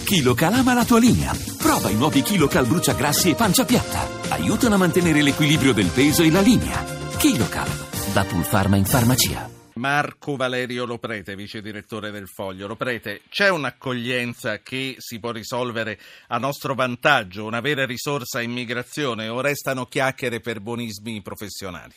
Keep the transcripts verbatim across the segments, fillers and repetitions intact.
KiloCal ama la tua linea. Prova i nuovi KiloCal bruciagrassi e pancia piatta. Aiutano a mantenere l'equilibrio del peso e la linea. KiloCal, da Pulpharma in farmacia. Marco Valerio Loprete, vice direttore del Foglio. Loprete, c'è un'accoglienza che si può risolvere a nostro vantaggio, una vera risorsa immigrazione, o restano chiacchiere per buonismi professionali?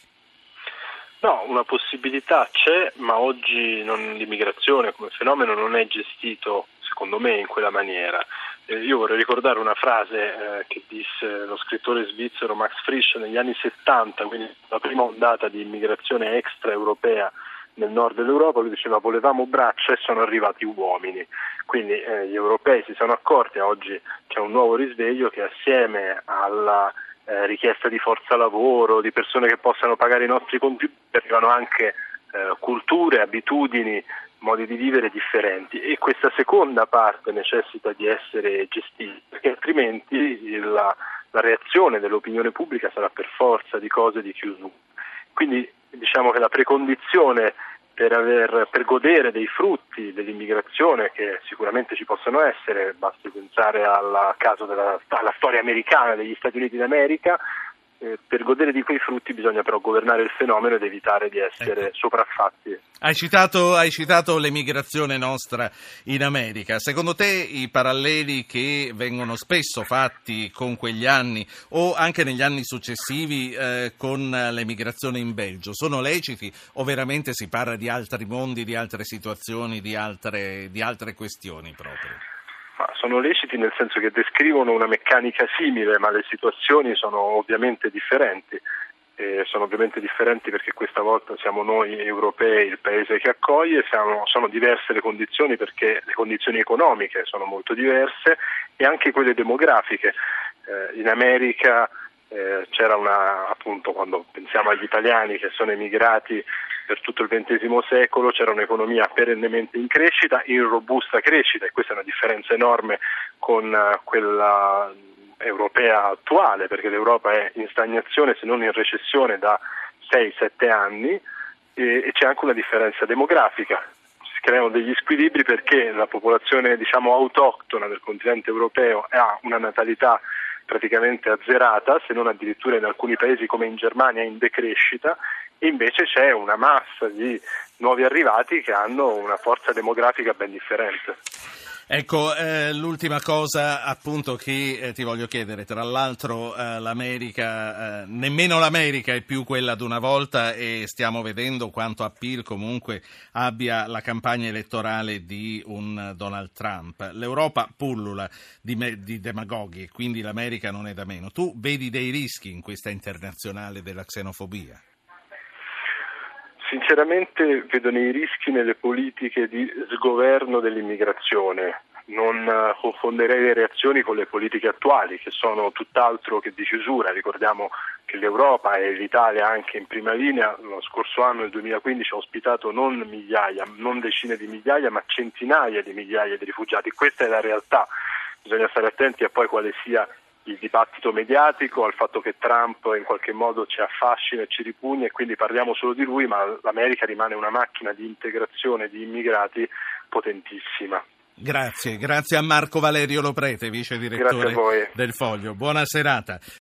No, una possibilità c'è, ma oggi non, l'immigrazione come fenomeno non è gestito, secondo me, in quella maniera. Eh, io vorrei ricordare una frase eh, che disse lo scrittore svizzero Max Frisch negli anni settanta, quindi la prima ondata di immigrazione extraeuropea nel nord dell'Europa. Lui diceva: volevamo braccia e sono arrivati uomini. Quindi eh, gli europei si sono accorti, oggi c'è un nuovo risveglio che assieme alla eh, richiesta di forza lavoro, di persone che possano pagare i nostri contributi, arrivano anche eh, culture, abitudini, modi di vivere differenti, e questa seconda parte necessita di essere gestita, perché altrimenti la, la reazione dell'opinione pubblica sarà per forza di cose di chiusura. Quindi diciamo che la precondizione per, aver, per godere dei frutti dell'immigrazione, che sicuramente ci possono essere, basti pensare al caso della alla storia americana degli Stati Uniti d'America, eh, per godere di quei frutti bisogna però governare il fenomeno ed evitare di essere ecco. sopraffatti. Hai citato, hai citato l'emigrazione nostra in America. Secondo te i paralleli che vengono spesso fatti con quegli anni o anche negli anni successivi eh, con l'emigrazione in Belgio sono leciti, o veramente si parla di altri mondi, di altre situazioni, di altre, di altre questioni proprio? Ma sono leciti nel senso che descrivono una meccanica simile, ma le situazioni sono ovviamente differenti. Eh, sono ovviamente differenti perché questa volta siamo noi europei il paese che accoglie, siamo, sono diverse le condizioni perché le condizioni economiche sono molto diverse e anche quelle demografiche. Eh, in America eh, c'era una, appunto, quando pensiamo agli italiani che sono emigrati per tutto il ventesimo secolo, c'era un'economia perennemente in crescita, in robusta crescita, e questa è una differenza enorme con uh, quella europea attuale, perché l'Europa è in stagnazione se non in recessione da sei sette anni, e, e c'è anche una differenza demografica. Si creano degli squilibri perché la popolazione, diciamo, autoctona del continente europeo ha una natalità praticamente azzerata, se non addirittura in alcuni paesi come in Germania in decrescita, e invece c'è una massa di nuovi arrivati che hanno una forza demografica ben differente. Ecco, eh, l'ultima cosa appunto che eh, ti voglio chiedere, tra l'altro eh, l'America, eh, nemmeno l'America è più quella di una volta, e stiamo vedendo quanto appeal comunque abbia la campagna elettorale di un Donald Trump. L'Europa pullula di, me- di demagoghi, e quindi l'America non è da meno. Tu vedi dei rischi in questa internazionale della xenofobia? Sinceramente vedo nei rischi nelle politiche di sgoverno dell'immigrazione. Non uh, confonderei le reazioni con le politiche attuali, che sono tutt'altro che di chiusura. Ricordiamo che l'Europa e l'Italia anche in prima linea lo scorso anno, nel duemilaquindici, ha ospitato non migliaia, non decine di migliaia, ma centinaia di migliaia di rifugiati. Questa è la realtà. Bisogna stare attenti a poi quale sia il dibattito mediatico, al fatto che Trump in qualche modo ci affascina e ci ripugna, e quindi parliamo solo di lui, ma l'America rimane una macchina di integrazione di immigrati potentissima. Grazie, grazie a Marco Valerio Loprete, vice direttore del Foglio. Buona serata.